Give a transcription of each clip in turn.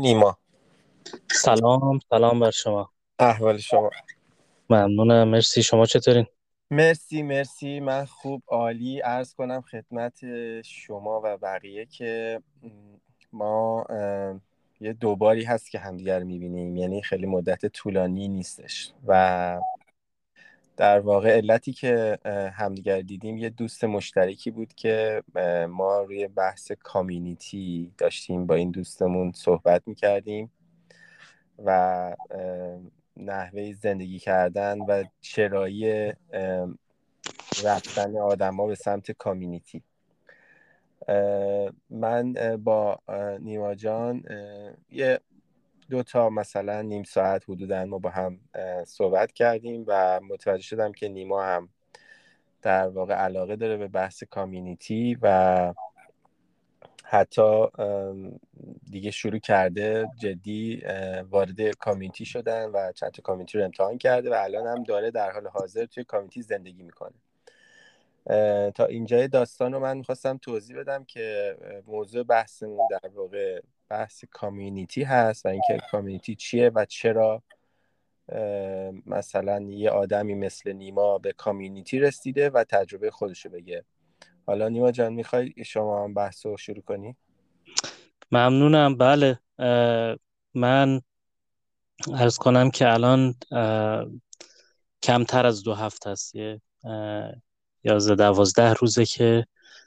نیما. سلام سلام بر شما. احوال شما؟ ممنونم، مرسی. شما چطورین؟ مرسی مرسی، من خوب عالی. عرض کنم خدمت شما و بقیه که ما یه دوباری هست که همدیگر میبینیم، یعنی خیلی مدت طولانی نیستش و در واقع علتی که همدیگر دیدیم یه دوست مشترکی بود که ما روی بحث کامیونیتی داشتیم با این دوستمون صحبت میکردیم و نحوه زندگی کردن و چرایی رفتن آدما به سمت کامیونیتی. من با نیما جان یه دو تا مثلا نیم ساعت حدودا ما با هم صحبت کردیم و متوجه شدم که نیما هم در واقع علاقه داره به بحث کامیونیتی و حتی دیگه شروع کرده جدی وارد کامیونیتی شدن و چند تا کامیونیتی رو امتحان کرده و الان هم داره در حال حاضر توی کامیونیتی زندگی میکنه. تا اینجای داستان رو من میخواستم توضیح بدم که موضوع بحثمون در واقع بحث کامیونیتی هست و اینکه کامیونیتی چیه و چرا مثلا یه آدمی مثل نیما به کامیونیتی رسیده و تجربه خودشو بگه. حالا نیما جان میخوای شما هم بحث رو شروع کنی؟ ممنونم. بله، من عرض کنم که الان کمتر از 2 هفته است، 11 12 روزه که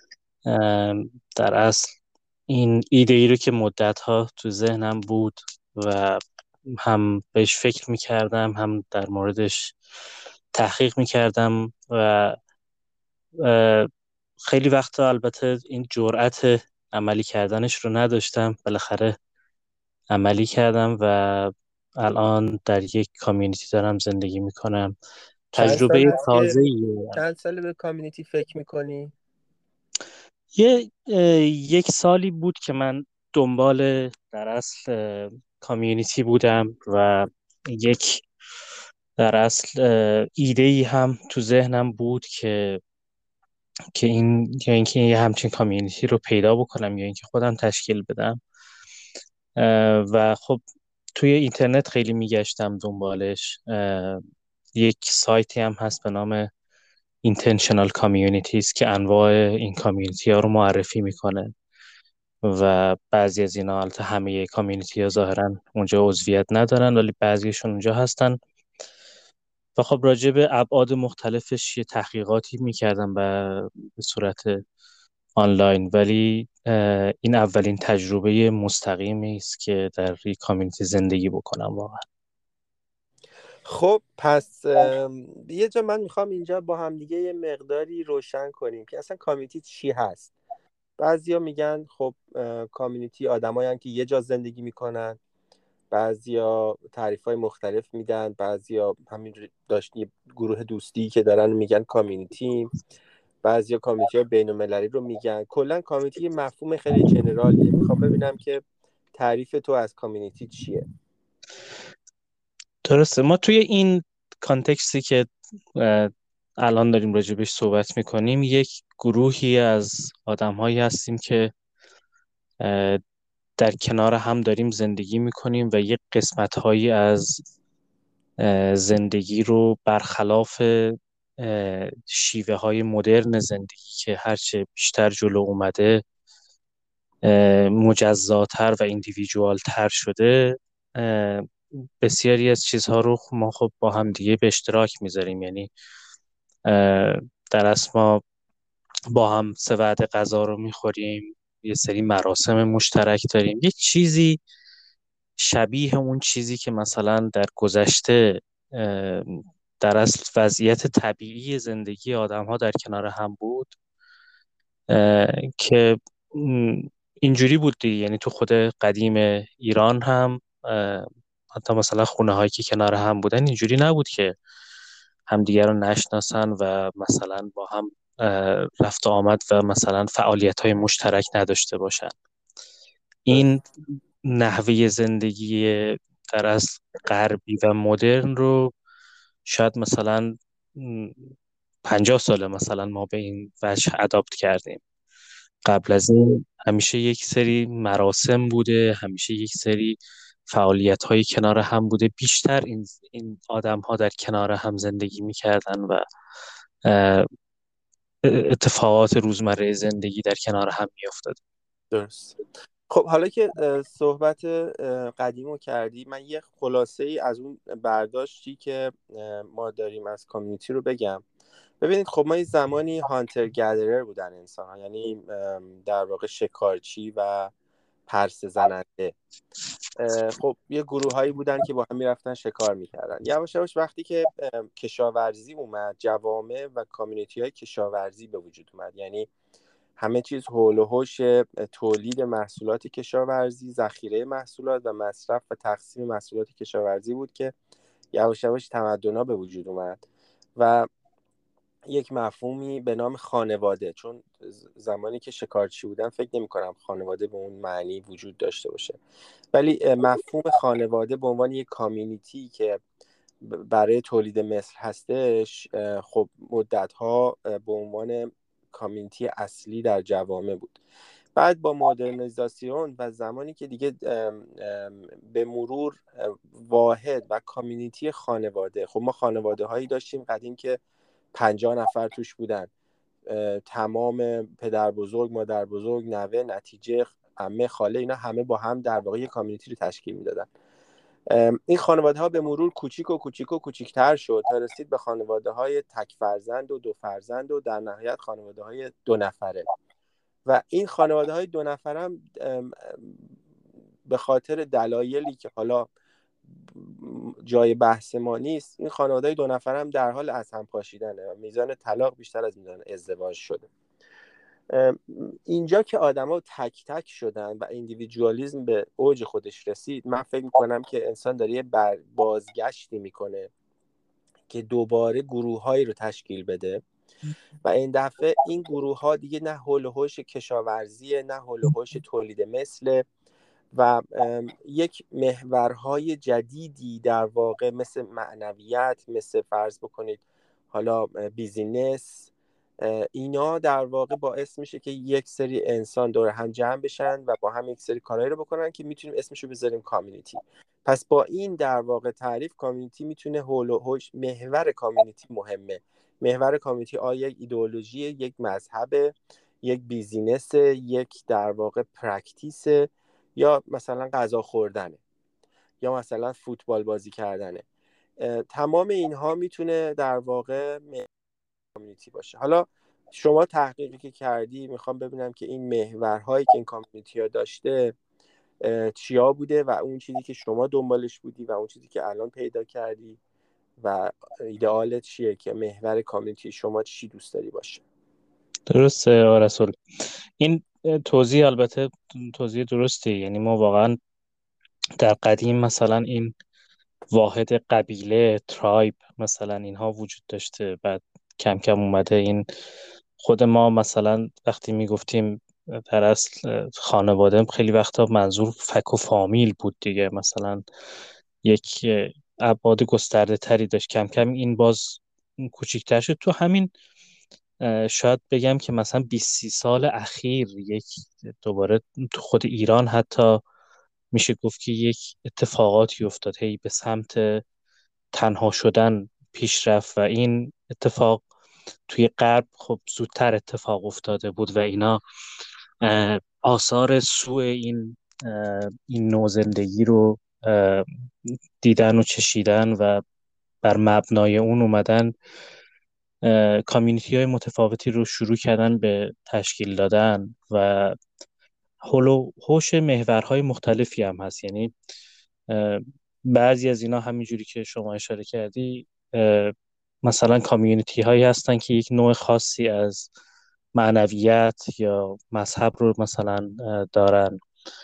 در اصل این ایده ای رو که مدت ها تو ذهنم بود و هم بهش فکر میکردم، هم در موردش تحقیق میکردم و خیلی وقتا البته این جرأت عملی کردنش رو نداشتم. بالاخره عملی کردم و الان در یک کامیونیتی دارم زندگی میکنم. چند سال تجربه هست که تازه‌ایه. چند سال به کامیونیتی فکر میکنی؟ یک سالی بود که من دنبال در اصل کامیونیتی بودم و یک در اصل ایده ای هم تو ذهنم بود که این یا اینکه یه همچین کامیونیتی رو پیدا بکنم یا اینکه خودم تشکیل بدم. و خب توی اینترنت خیلی میگشتم دنبالش. یک سایتی هم هست به نام Intentional Communities که انواع این کامیونیتی ها رو معرفی میکنه و بعضی از اینا، البته همه کامیونیتی ها ظاهرا اونجا عضویت ندارن ولی بعضیشون اونجا هستن و خب راجع به ابعاد مختلفش یه تحقیقاتی میکردم به صورت آنلاین. ولی این اولین تجربه مستقیمی است که در یک کامیونیتی زندگی بکنم واقعا. خب پس یه جا من میخوام اینجا با هم دیگه یه مقداری روشن کنیم که اصلا کامیونیتی چی هست. بعضیا میگن خب کامیونیتی آدمایی هستن که یه جا زندگی میکنن، بعضیا تعریف‌های مختلف میدن، بعضیا همین داشت یه گروه دوستی که دارن میگن کامیونیتی، بعضیا کامیونیتی بین‌المللی رو میگن. کلا کامیونیتی یه مفهوم خیلی جنرالیه. میخوام ببینم که تعریف تو از کامیونیتی چیه؟ درسته، ما توی این کانتکستی که اه، الان داریم راجبش صحبت میکنیم یک گروهی از آدم‌هایی هستیم که اه، در کنار هم داریم زندگی میکنیم و یک قسمت‌هایی از زندگی رو برخلاف شیوه های مدرن زندگی که هرچه بیشتر جلو اومده مجزاتر و ایندیویدوال تر شده، بسیاری از چیزها رو ما خب با هم دیگه به اشتراک میذاریم. یعنی در اصل ما با هم 3 وعده غذا رو میخوریم، یه سری مراسم مشترک داریم، یک چیزی شبیه اون چیزی که مثلا در گذشته در اصل وضعیت طبیعی زندگی آدم ها در کنار هم بود، که اینجوری بود دیگه. یعنی تو خود قدیم ایران هم حتی مثلا خونه هایی که کنار هم بودن اینجوری نبود که همدیگر رو نشناسن و مثلا با هم رفت و آمد و مثلا فعالیت های مشترک نداشته باشن. این نحوه زندگی در اصل غربی و مدرن رو شاید مثلا 50 ساله مثلا ما به این وجه اداپت کردیم. قبل از این همیشه یک سری مراسم بوده، همیشه یک سری فعالیت‌های کنار هم بوده. بیشتر این آدم‌ها در کنار هم زندگی می‌کردن و اه، اتفاقات روزمره زندگی در کنار هم می‌افتاد. درست. خب حالا که صحبت قدیم رو کردی، من یه خلاصه ای از اون برداشتی که ما داریم از کامیونیتی رو بگم. ببینید خب ما یه زمانی هانتر گدرر بودن انسان ها، یعنی در واقع شکارچی و پرسه زننده. خب یه گروه هایی بودن که با هم میرفتن شکار میکردن. یواش یواش وقتی که کشاورزی اومد، جوامع و کامیونیتی های کشاورزی به وجود اومد. یعنی همه چیز حول و حوش تولید محصولات کشاورزی، ذخیره محصولات و مصرف و تقسیم محصولات کشاورزی بود که یواش یواش تمدن‌ها به وجود اومد و یک مفهومی به نام خانواده، چون زمانی که شکارچی بودن فکر نمی‌کنم خانواده به اون معنی وجود داشته باشه، ولی مفهوم خانواده به عنوان یک کامیونیتی که برای تولید مثل هستش، خب مدت‌ها به عنوان کامیونیتی اصلی در جوامع بود. بعد با مدرنیزاسیون و زمانی که دیگه به مرور واحد و کامیونیتی خانواده، خب ما خانواده هایی داشتیم قدیم که 50 نفر توش بودن، تمام پدر بزرگ، مادر بزرگ، نوه، نتیجه، عمه، خاله، اینا همه با هم در واقع یک کامیونیتی رو تشکیل میدادن. این خانواده ها به مرور کوچیک و کوچیک و کوچیکتر شد تا رسید به خانواده های تک فرزند و دو فرزند و در نهایت خانواده های دو نفره. و این خانواده های دو نفره هم به خاطر دلایلی که حالا جای بحث ما نیست، این خانواده های دو نفره هم در حال از هم پاشیدنه و میزان طلاق بیشتر از میزان ازدواج شده. اینجا که آدما تک تک شدن و ایندیویدوالیسم به اوج خودش رسید، من فکر میکنم که انسان داره یه بازگشتی میکنه که دوباره گروه‌هایی رو تشکیل بده و این دفعه این گروه‌ها دیگه نه حول و حوش کشاورزی، نه حول و حوش تولید مثل و یک محورهای جدیدی در واقع مثل معنویت، مثل فرض بکنید حالا بیزینس، اینا در واقع باعث میشه که یک سری انسان دور هم جمع بشن و با هم یک سری کارهایی رو بکنن که میتونیم اسمشو بذاریم کامیونیتی. پس با این در واقع تعریف کامیونیتی میتونه حول و حوش، محور کامیونیتی مهمه. محور کامیونیتی یک ایدئولوژی، یک مذهب، یک بیزینس، یک در واقع پرکتیس، یا مثلا غذا خوردنه، یا مثلا فوتبال بازی کردنه. تمام اینها میتونه در واقع کامیونیتی باشه. حالا شما تحقیقی که کردی، میخوام ببینم که این محورهایی که این کامیونیتی ها داشته چیا بوده و اون چیزی که شما دنبالش بودی و اون چیزی که الان پیدا کردی و ایدئالت چیه که محور کامیونیتی شما چی دوست داری باشه. درسته رسول. این توضیح البته توضیح درستی. یعنی ما واقعا در قدیم مثلا این واحد قبیله، ترایب مثلا، اینها وجود داشته. بعد کم کم اومده این خود ما مثلا وقتی میگفتیم در اصل خانواده، خیلی وقتا منظور فک و فامیل بود دیگه. مثلا یک ابعاد گسترده تری داشت. کم کم این باز کوچیکتر شد. تو همین شاید بگم که مثلا 20 سال اخیر یک دوباره تو خود ایران حتی میشه گفت که یک اتفاقاتی افتاد، هی به سمت تنها شدن پیش رفت و این اتفاق توی غرب خب زودتر اتفاق افتاده بود و اینا آثار سوء این نوع زندگی رو دیدن و چشیدن و بر مبنای اون اومدن کامیونیتی های متفاوتی رو شروع کردن به تشکیل دادن و هولو هوش محورهای مختلفی هم هست. یعنی بعضی از اینا همینجوری که شما اشاره کردی مثلا کامیونیتی هایی هستن که یک نوع خاصی از معنویت یا مذهب رو مثلا دارن.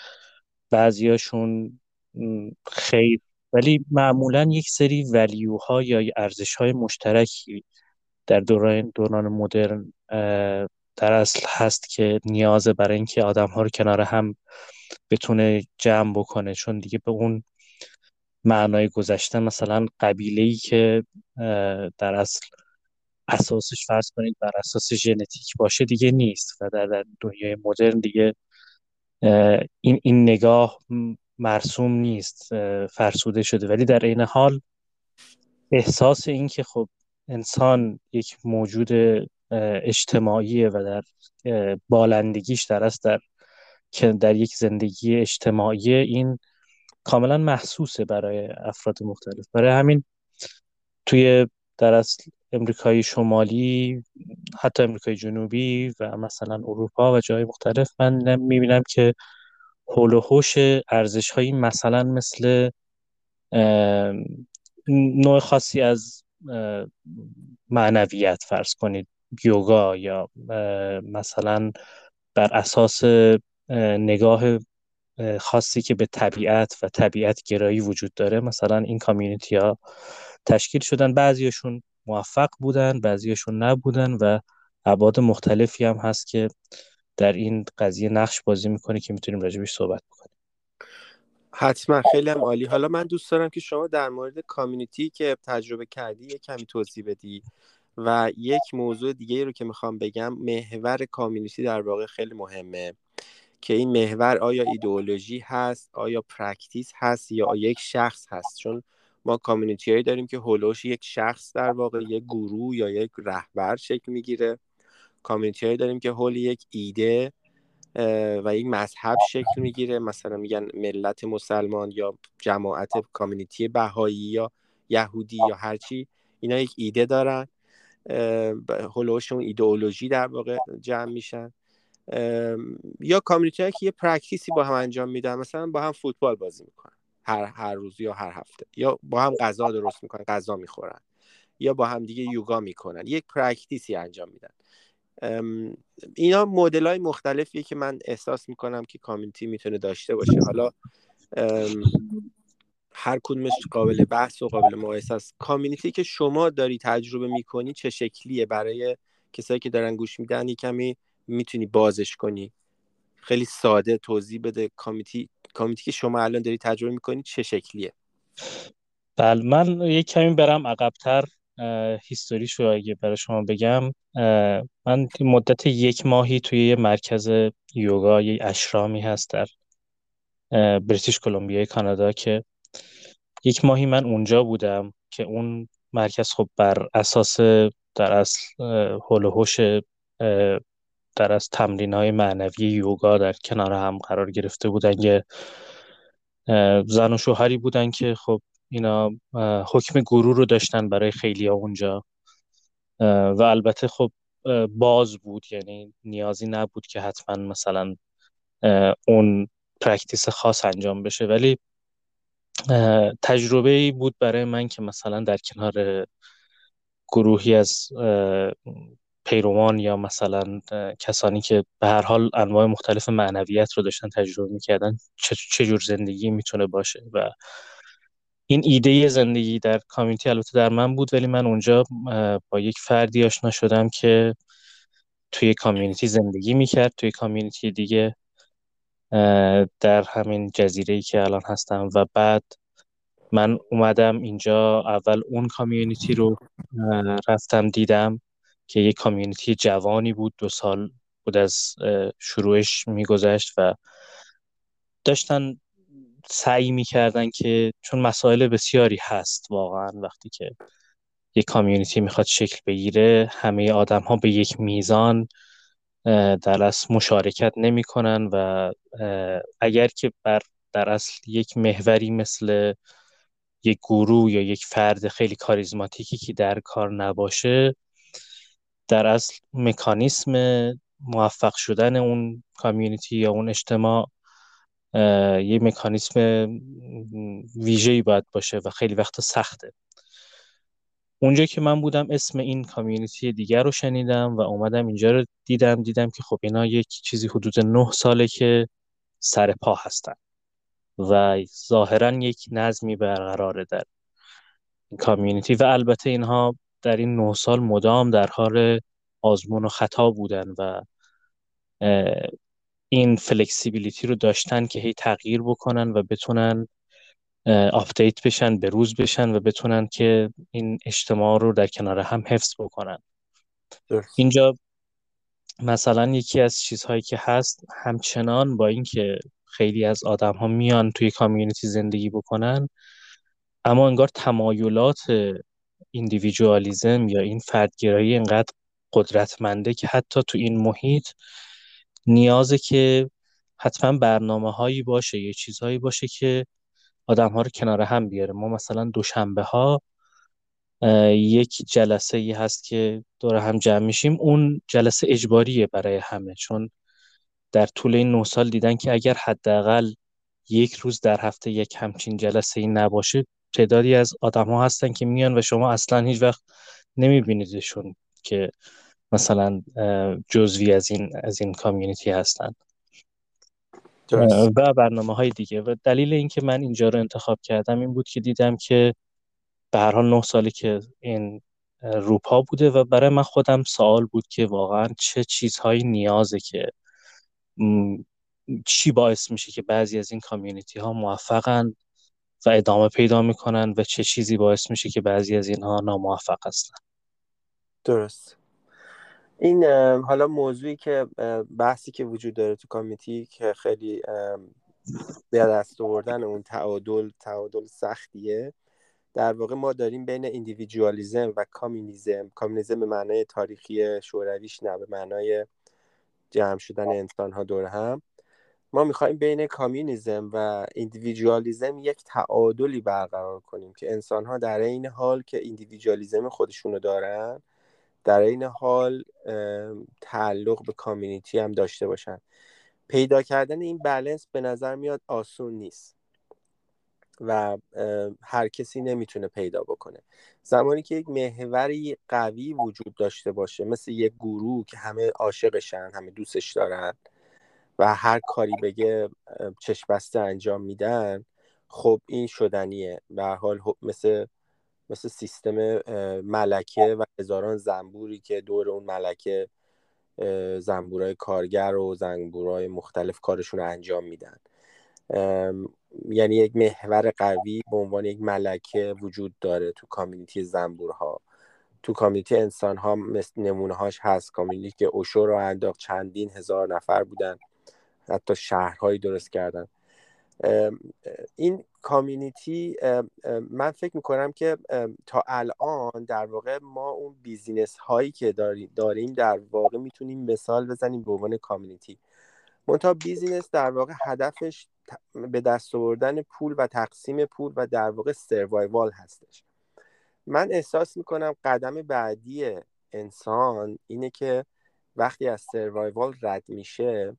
بعضیاشون خیر، ولی معمولا یک سری ولیوها یا ارزش های مشترکی در دوران مدرن در اصل هست که نیازه برای اینکه آدم ها رو کنار هم بتونه جمع بکنه. چون دیگه به اون معنای گذشته مثلا قبیله‌ای که در اصل اساسش فرض کنید بر اساس ژنتیک باشه دیگه نیست و در دنیای مدرن دیگه این نگاه مرسوم نیست، فرسوده شده. ولی در این حال احساس این که خب انسان یک موجود اجتماعیه و در بالندگیش در است که در یک زندگی اجتماعی، این کاملا محسوسه برای افراد مختلف. برای همین توی در اصل امریکای شمالی، حتی امریکای جنوبی و مثلا اروپا و جای مختلف، من میبینم که حول و حوش ارزش‌هایی مثلا مثل اه، نوع خاصی از معنویت، فرض کنید یوگا، یا مثلا بر اساس نگاه خاصی که به طبیعت و طبیعت گرایی وجود داره، مثلا این کامیونیتی ها تشکیل شدن. بعضیشون موفق بودن، بعضیشون نبودن و ابعاد مختلفی هم هست که در این قضیه نقش بازی میکنه که میتونیم راجبش صحبت بکنیم. حتما، خیلی هم عالی. حالا من دوست دارم که شما در مورد کامیونیتی که تجربه کردی یه کمی توضیح بدی، و یک موضوع دیگه رو که میخوام بگم، محور کامیونیتی در واقع خیلی مهمه، که این محور آیا ایدئولوژی هست، آیا پرکتیس هست، یا یک شخص هست. چون ما کامیونیتی هایی داریم که هولوش یک شخص در واقع یک گروه یا یک رهبر شکل میگیره. کامیونیتی هایی داریم که حول یک ایده و یک مذهب شکل میگیره، مثلا میگن ملت مسلمان یا جماعت کامیونیتی بهایی یا یهودی یا هرچی، اینا یک ایده دارن، هولوشون ایدئولوژی در واقع جمع میشن. یا کامیونیتی هایی که یه پرکتیسی با هم انجام میدن، مثلا با هم فوتبال بازی میکنن هر روز یا هر هفته، یا با هم غذا درست میکنن، غذا میخورن، یا با هم دیگه یوگا میکنن، یک پرکتیسی انجام میدن. اینا مدل های مختلفیه که من احساس میکنم که کامیونیتی میتونه داشته باشه. حالا هر کدومش قابل بحث و قابل مقایسه است. کامیونیتی که شما داری تجربه میکنی چه شکلیه؟ برای کسایی که دارن گوش میدن یه کمی میتونی بازش کنی، خیلی ساده توضیح بده کامیونیتی که شما الان داری تجربه میکنی چه شکلیه؟ بله، من یک کمی برم عقب‌تر، هیستوریشو اگه برای شما بگم. من مدت 1 ماهی توی یه مرکز یوگا، یه اشرامی هست در بریتیش کلمبیای کانادا، که 1 ماهی من اونجا بودم. که اون مرکز خب بر اساس در اصل حول و حوش در از تمرین‌های معنوی یوگا در کنار هم قرار گرفته بودن. یه زن و شوهری بودن که خب اینا حکم گورو رو داشتن برای خیلیا اونجا. و البته خب باز بود، یعنی نیازی نبود که حتما مثلا اون پرکتیس خاص انجام بشه. ولی تجربه ای بود برای من که مثلا در کنار گروهی از پیروان، یا مثلا کسانی که به هر حال انواع مختلف معنویت رو داشتن تجربه میکردن، چه جور زندگی میتونه باشه. و این ایده زندگی در کامیونیتی البته در من بود، ولی من اونجا با یک فردی آشنا شدم که توی کامیونیتی زندگی میکرد، توی کامیونیتی دیگه در همین جزیره‌ای که الان هستم. و بعد من اومدم اینجا، اول اون کامیونیتی رو رفتم دیدم که یک کامیونیتی جوانی بود، 2 سال بود از شروعش میگذشت و داشتن سعی میکردن که، چون مسائل بسیاری هست واقعا وقتی که یک کامیونیتی میخواد شکل بگیره، همه آدم ها به یک میزان در اصل مشارکت نمیکنن و اگر که در اصل یک محوری مثل یک گروه یا یک فرد خیلی کاریزماتیکی که در کار نباشه، در اصل مکانیسم موفق شدن اون کامیونیتی یا اون اجتماع یه مکانیسم ویژه‌ای باید باشه و خیلی وقت سخته. اونجا که من بودم اسم این کامیونیتی دیگر رو شنیدم و اومدم اینجا رو دیدم که خب اینا یک چیزی حدود 9 ساله که سر پا هستن و ظاهرا یک نظمی برقراره در این کامیونیتی. و البته اینها در این 9 سال مدام در حال آزمون و خطا بودن و این فلکسیبیلیتی رو داشتن که هی تغییر بکنن و بتونن آپدیت بشن، به روز بشن و بتونن که این اجتماع رو در کنار هم حفظ بکنن. درست. اینجا مثلا یکی از چیزهایی که هست، همچنان با اینکه خیلی از آدم ها میان توی کامیونیتی زندگی بکنن، اما انگار تمایلات ایندیویدوالیزم یا این فردگرایی اینقدر قدرتمنده که حتی تو این محیط نیازه که حتما برنامه هایی باشه، یه چیزهایی باشه که آدم ها رو کنار هم بیاره. ما مثلا دوشنبه ها یک جلسه ای هست که دور هم جمع میشیم، اون جلسه اجباریه برای همه، چون در طول این 9 سال دیدن که اگر حداقل یک روز در هفته یک همچین جلسه ای نباشه، تعدادی از آدم ها هستن که میان و شما اصلا هیچ وقت نمیبینیدشون که مثلا جزوی از این کامیونیتی هستن. درست. و برنامه های دیگه. و دلیل اینکه من اینجا رو انتخاب کردم این بود که دیدم که به هر حال 9 ساله که این روپا بوده و برای من خودم سوال بود که واقعا چه چیزهایی نیازه که م، چی باعث میشه که بعضی از این کامیونیتی ها موفقن و ادامه پیدا میکنن و چه چیزی باعث میشه که بعضی از اینها ناموفق هستن. درست. این حالا موضوعی که بحثی که وجود داره تو کامیتی که خیلی به دست آوردن اون تعادل سختیه. در واقع ما داریم بین ایندیویدوالیسم و کامیونیسم به معنای تاریخی شورویش، نه به معنای جمع شدن انسان ها دور هم. ما میخوایم بین کامیونیسم و ایندیویدوالیسم یک تعادلی برقرار کنیم که انسان ها در این حال که ایندیویدوالیسم خودشونو دارن، در این حال تعلق به کامیونیتی هم داشته باشن. پیدا کردن این بالانس به نظر میاد آسون نیست و هر کسی نمیتونه پیدا بکنه. زمانی که یک محوری قوی وجود داشته باشه، مثل یک گروه که همه عاشقشن، همه دوستش دارن و هر کاری بگه چشم بسته انجام میدن، خب این شدنیه. به هر حال مثل سیستم ملکه و هزاران زنبوری که دور اون ملکه زنبورای کارگر و زنبورای مختلف کارشون رو انجام میدن. یعنی یک محور قوی به عنوان یک ملکه وجود داره تو کامیونیتی زنبورها. تو کامیونیتی انسان ها مثل نمونه هاش هست. کامیونیتی که اوشو رو انداخت، چندین هزار نفر بودن، حتی شهرهایی درست کردن. این کامیونیتی من فکر میکنم که تا الان در واقع ما اون بیزینس هایی که داریم در واقع میتونیم مثال بزنیم به عنوان کامیونیتی. منتها بیزینس در واقع هدفش به دست آوردن پول و تقسیم پول و در واقع سروایوال هستش. من احساس میکنم قدم بعدی انسان اینه که وقتی از سروایوال رد میشه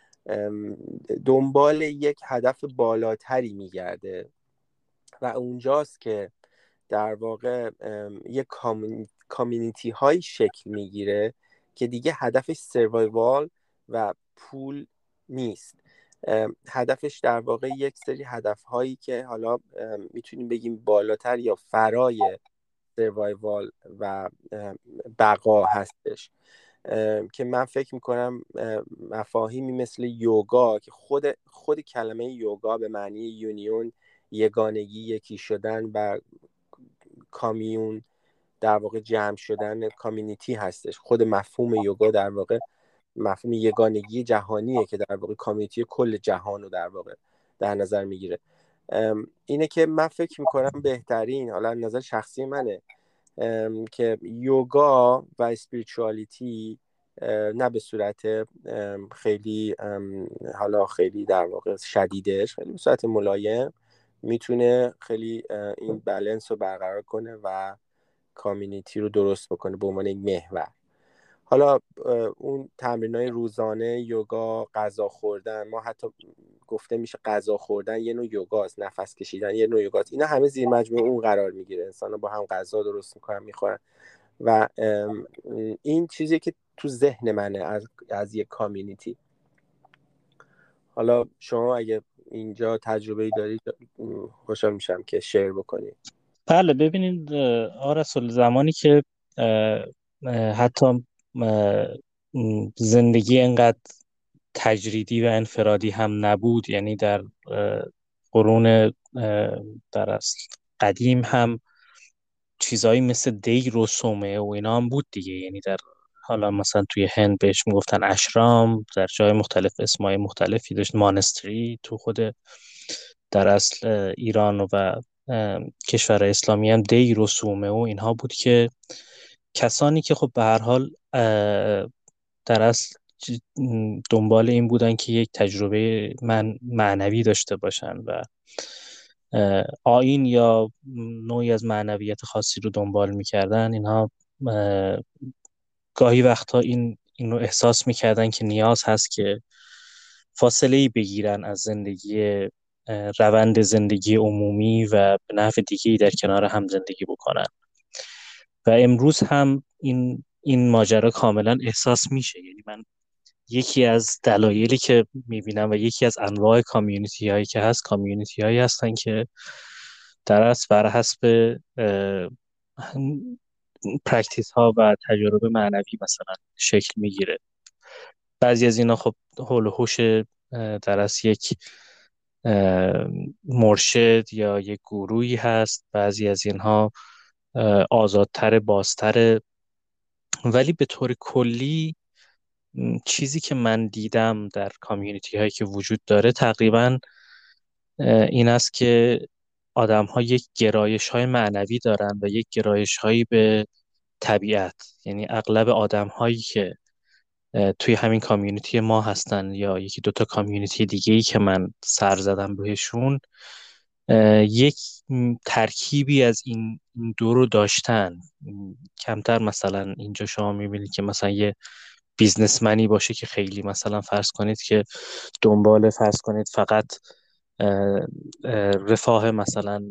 دنبال یک هدف بالاتری میگرده و اونجاست که در واقع یک کامیونیتی های شکل میگیره که دیگه هدفش سروایوال و پول نیست. هدفش در واقع یک سری هدف هایی که حالا میتونیم بگیم بالاتر یا فرای سروایوال و بقا هستش، که من فکر میکنم مفاهیمی مثل یوگا که خود کلمه یوگا به معنی یونیون، یگانگی، یکی شدن و کامیون در واقع جمع شدن، کامیونیتی هستش. خود مفهوم یوگا در واقع مفهوم یگانگی جهانیه که در واقع کامیونیتی کل جهان رو در واقع در نظر میگیره. اینه که من فکر میکنم بهترین، حالا نظر شخصی منه، که یوگا و اسپریچوالیتی نه به صورت خیلی حالا خیلی در واقع شدیدش، خیلی به صورت ملایم میتونه خیلی این بالانس رو برقرار کنه و کامیونیتی رو درست بکنه به عنوان یک محور. حالا اون تمرینای روزانه یوگا، غذا خوردن، ما حتی گفته میشه غذا خوردن یه نوع یوگاست، نفس کشیدن یه نوع یوگاست، اینا همه زیر مجموعه اون قرار میگیره. انسان با هم غذا درست میکنن، میخورن و این چیزی که تو ذهن منه از یک کامیونیتی. حالا شما اگه اینجا تجربه‌ای دارید خوشحال میشم که شیر بکنید. بله، ببینید رسول، زمانی که حتی زندگی انقدر تجریدی و انفرادی هم نبود، یعنی در قرون در اصل قدیم هم چیزایی مثل دیر و صومعه و اینا هم بود دیگه. یعنی در حالا مثلا توی هند بهش میگفتن اشرام، در جای مختلف اسمای مختلفی داشت، مانستری تو خود در اصل ایران و کشور اسلامی هم دیر و صومعه و اینها بود که کسانی که خب به هر حال در اصل دنبال این بودن که یک تجربه معنوی داشته باشن و آیین یا نوعی از معنویت خاصی رو دنبال میکردن. اینها گاهی وقتا این رو احساس میکردن که نیاز هست که فاصله ای بگیرن از زندگی روند زندگی عمومی و به نحو دیگه‌ای در کنار هم زندگی بکنن و امروز هم این ماجرا کاملا احساس میشه. یعنی من یکی از دلایلی که میبینم و یکی از انواع کامیونیتی هایی که هست، کامیونیتی هایی هستن که در اصل بر حسب پرکتیس ها و تجربه معنوی مثلا شکل میگیره. بعضی از اینا خب حول و حوش در اصل یک مرشد یا یک گروهی هست، بعضی از اینها آزادتر، بازتر، ولی به طور کلی چیزی که من دیدم در کامیونیتی هایی که وجود داره تقریبا این است که آدم ها یک گرایش های معنوی دارن و یک گرایش هایی به طبیعت. یعنی اغلب آدم هایی که توی همین کامیونیتی ما هستن یا یکی دوتا کامیونیتی دیگه ای که من سر زدم بهشون، یک ترکیبی از این دو رو داشتن. کمتر مثلا اینجا شما میبینید که مثلا یه بیزنسمنی باشه که خیلی مثلا فرض کنید که دنبال فرض کنید فقط رفاه مثلا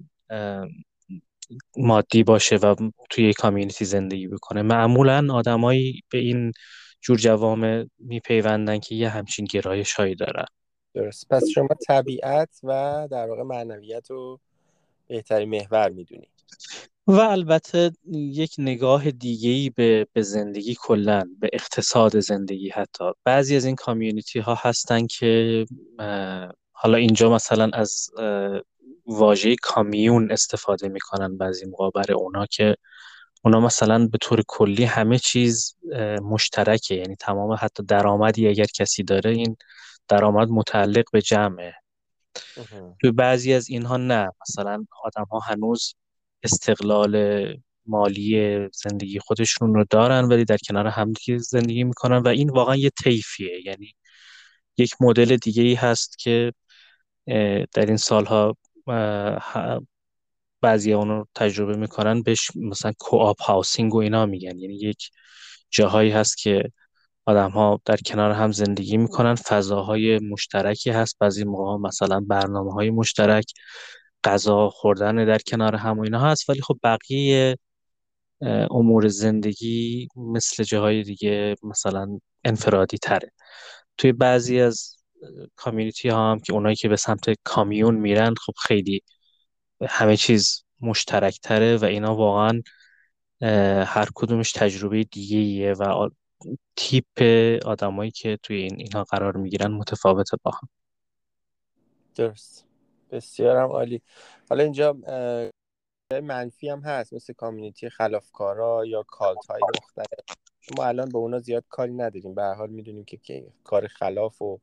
مادی باشه و توی یک کامیونیتی زندگی بکنه. معمولا آدمایی به این جور جوامع میپیوندن که یه همچین گرایش هایی دارن. درست. پس شما طبیعت و در واقع معنویت رو بهترین محور میدونی. و البته یک نگاه دیگه‌ای به زندگی کلا، به اقتصاد زندگی. حتی بعضی از این کامیونیتی ها هستن که حالا اینجا مثلا از واژه کامیون استفاده میکنن بعضی موقع برای اونا، که اونا مثلا به طور کلی همه چیز مشترکه. یعنی تمام حتی درآمدی اگر کسی داره، این درآمد متعلق به جمعه. توی بعضی از اینها نه، مثلا آدم ها هنوز استقلال مالی زندگی خودشون رو دارن ولی در کنار همدیگه زندگی میکنن و این واقعا یه طیفیه. یعنی یک مدل دیگه ای هست که در این سالها بعضی اون رو تجربه میکنن، بهش مثلا کوآپ هاوسینگ و اینا میگن. یعنی یک جاهایی هست که آدم ها در کنار هم زندگی میکنن، فضاهای مشترکی هست، بعضی موقع مثلا برنامه های مشترک، غذا خوردن در کنار هم و اینا هست، ولی خب بقیه امور زندگی مثل جاهای دیگه مثلا انفرادی تره. توی بعضی از کامیونیتی ها هم که اونایی که به سمت کامیون میرن، خب خیلی همه چیز مشترک تره و اینا واقعا هر کدومش تجربه دیگه ایه و تیپ آدمایی که توی اینها قرار میگیرن متفاوته با هم. درست. بسیار هم عالی. حالا اینجا منفی هم هست، مثل کامیونیتی خلافکارا یا کالت های مختلف. ما الان به اونا زیاد کاری نداریم، به هر حال میدونیم که کار خلاف و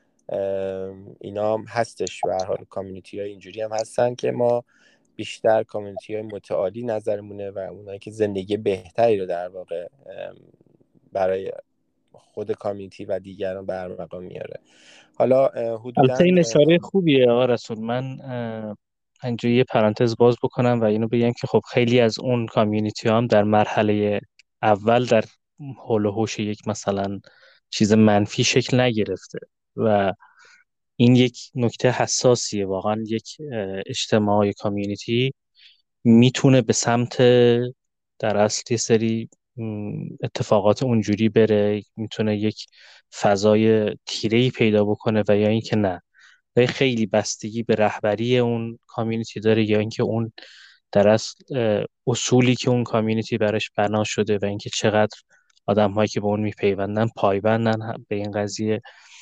اینا هم هستش. به هر حال کامیونیتی های اینجوری هم هستن که ما بیشتر کامیونیتی های متعالی نظرمونه و اونایی که زندگی بهتری رو در واقع برای خود کامیونیتی و دیگران برمقام میاره. حالا البته حدوداً این اشاره خوبیه آقا رسول. من اینجا یه پرانتز باز بکنم و اینو بگم که خب خیلی از اون کامیونیتی هم در مرحله اول در حول و حوش یک مثلا چیز منفی شکل نگرفته و این یک نکته حساسیه. واقعا یک اجتماع، کامیونیتی میتونه به سمت در اصل یه سری اتفاقات اونجوری بره، میتونه یک فضای تیره‌ای پیدا بکنه و یا اینکه نه. و خیلی بستگی به رهبری اون کامیونیتی داره یا اینکه اون در اصل اصولی که اون کامیونیتی براش بنا شده و اینکه چقدر آدم هایی که به اون میپیوندن پایبندن به این قضیه.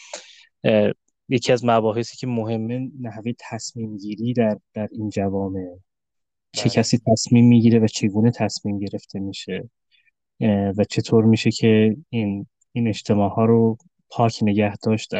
یکی از مباحثی که مهمه نحوه تصمیم گیری در این جوامع. چه بله. کسی تصمیم میگیره و چگونه تصمیم گرفته میشه. و چطور میشه که این اجتماع ها رو پاک نگه داشت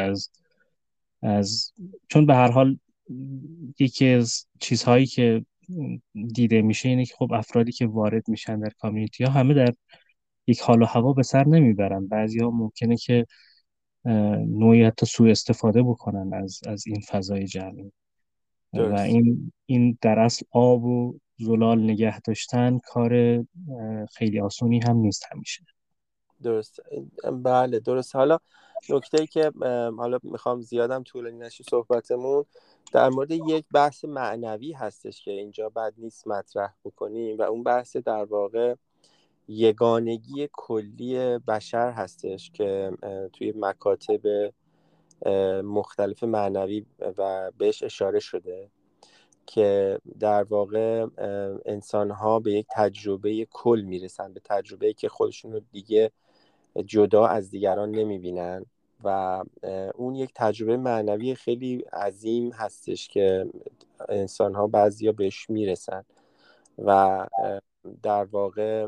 از چون به هر حال یکی از چیزهایی که دیده میشه اینه که خب افرادی که وارد میشن در کامیونیتی ها همه در یک حال و هوا به سر نمیبرن. بعضی ها ممکنه که نوعی حتی سوء استفاده بکنن از این فضای جمعی و درست. این در اصل آب و زلال نگه داشتن کار خیلی آسونی هم نیست همیشه. درست. بله درست. حالا نکته‌ای که حالا میخوام زیادم طولانی نشه صحبتمون، در مورد یک بحث معنوی هستش که اینجا بد نیست مطرح بکنیم و اون بحث در واقع یگانگی کلی بشر هستش که توی مکاتب مختلف معنوی و بهش اشاره شده که در واقع انسان‌ها به یک تجربه کل میرسن، به تجربه‌ای که خودشون رو دیگه جدا از دیگران نمیبینن و اون یک تجربه معنوی خیلی عظیم هستش که انسان‌ها بعضیا بهش میرسن و در واقع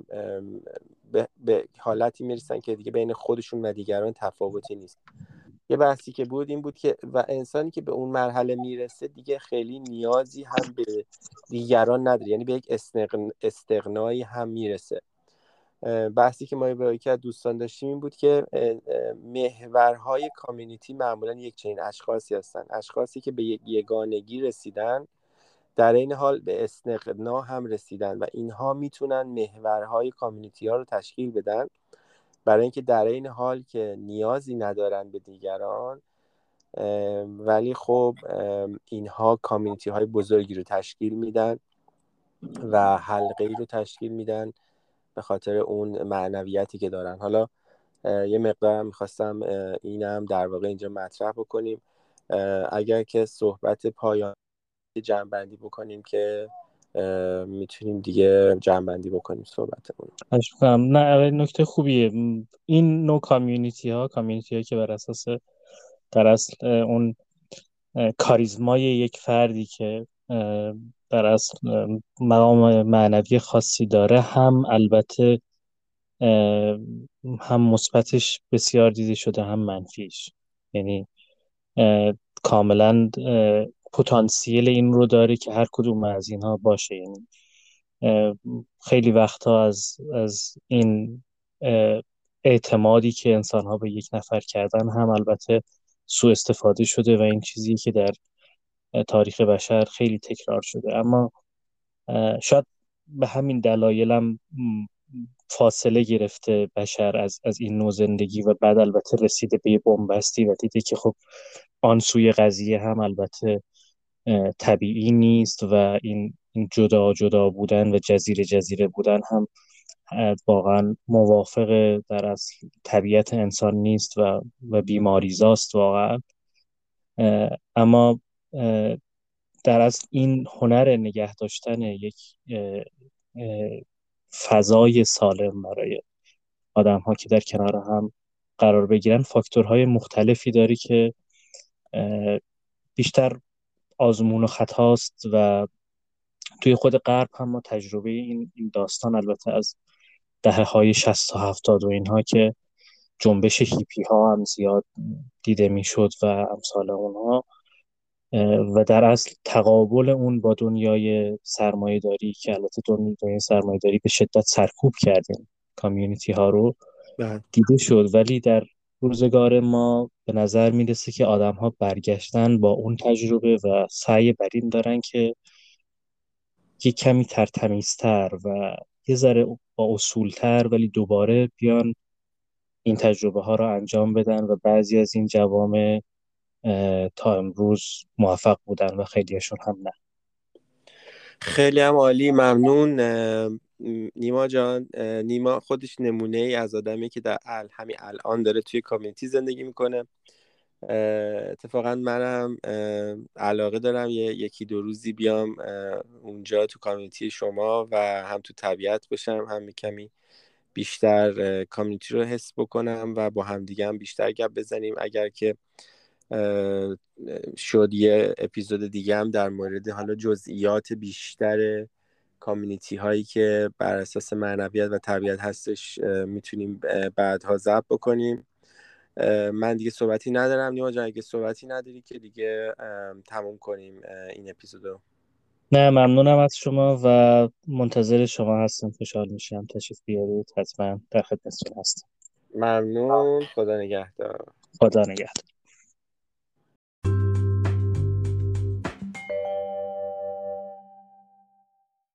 به حالتی میرسن که دیگه بین خودشون و دیگران تفاوتی نیست. یه بحثی که بود این بود که و انسانی که به اون مرحله میرسه دیگه خیلی نیازی هم به دیگران نداره، یعنی به یک استغنایی هم میرسه. بحثی که ما با یکی از دوستان داشتیم این بود که محورهای کامیونیتی معمولا یک چنین اشخاصی هستن، اشخاصی که به یک یگانگی رسیدن در این حال به استغنا هم رسیدن و اینها میتونن محورهای کامیونیتی ها رو تشکیل بدن، برای اینکه در این حال که نیازی ندارن به دیگران ولی خب اینها کامیونیتی های بزرگی رو تشکیل میدن و حلقه ای رو تشکیل میدن به خاطر اون معنویتی که دارن. حالا یه مقدارم میخواستم اینم در واقع اینجا مطرح بکنیم، اگر که صحبت پایان جمع‌بندی بکنیم که میتونیم دیگه جمع‌بندی بکنیم صحبتمون. خواهش می‌کنم. نه نکته خوبیه. این نوع کامیونیتی هایی که بر اساس در اصل اون کاریزمای یک فردی که در اصل مقام معنوی خاصی داره هم البته هم مثبتش بسیار دیده شده هم منفیش، یعنی کاملا پتانسیل این رو داره که هر کدوم از اینها باشه. یعنی خیلی وقتا از این اعتمادی که انسان‌ها به یک نفر کردن هم البته سوء استفاده شده و این چیزی که در تاریخ بشر خیلی تکرار شده. اما شاید به همین دلایلم فاصله گرفته بشر از این نوع زندگی و بعد البته رسیده به یه بنبستی و دیده که خب آن سوی قضیه هم البته طبیعی نیست و این جدا جدا بودن و جزیره جزیره بودن هم واقعا موافق در اصل طبیعت انسان نیست و بیماریزاست واقعا. اما در اصل این هنر نگه داشتن یک فضای سالم برای آدم ها که در کنار هم قرار بگیرن فاکتورهای مختلفی داره که بیشتر آزمون و خطاست و توی خود غرب هم ما تجربه این داستان البته از دهه‌های 60 تا 70 و اینها که جنبش هیپی ها هم زیاد دیده میشد و امثال اونها و در اصل تقابل اون با دنیای سرمایه داری که البته دنیای سرمایه داری به شدت سرکوب کردیم کامیونیتی ها رو بله. دیده شد، ولی در روزگار ما به نظر میرسه که آدم ها برگشتن با اون تجربه و سعی بر این دارن که یه کمی ترتمیزتر و یه ذره با اصولتر ولی دوباره بیان این تجربه ها رو انجام بدن و بعضی از این جوامع تا امروز موفق بودن و خیلیشون هم نه. خیلی هم عالی، ممنون نیما جان. نیما خودش نمونه ای از آدمی که در همین الان داره توی کامیونیتی زندگی میکنه. اتفاقا منم علاقه دارم یکی دو روزی بیام اونجا تو کامیونیتی شما و هم تو طبیعت باشم، هم کمی بیشتر کامیونیتی رو حس بکنم و با هم دیگه هم بیشتر گپ بزنیم. اگر که شد یه اپیزود دیگه هم در مورد حالا جزئیات بیشتر کامیونیتی هایی که بر اساس معنویت و طبیعت هستش میتونیم بعدها ضبط بکنیم. من دیگه صحبتی ندارم. نیما جان اگه صحبتی نداری که دیگه تموم کنیم این اپیزودو. نه، ممنونم از شما و منتظر شما هستم. خوشحال میشم تشریف بیارید، حتما در خدمتتون هستم. ممنون. خدا نگهدار. خدا نگهدار.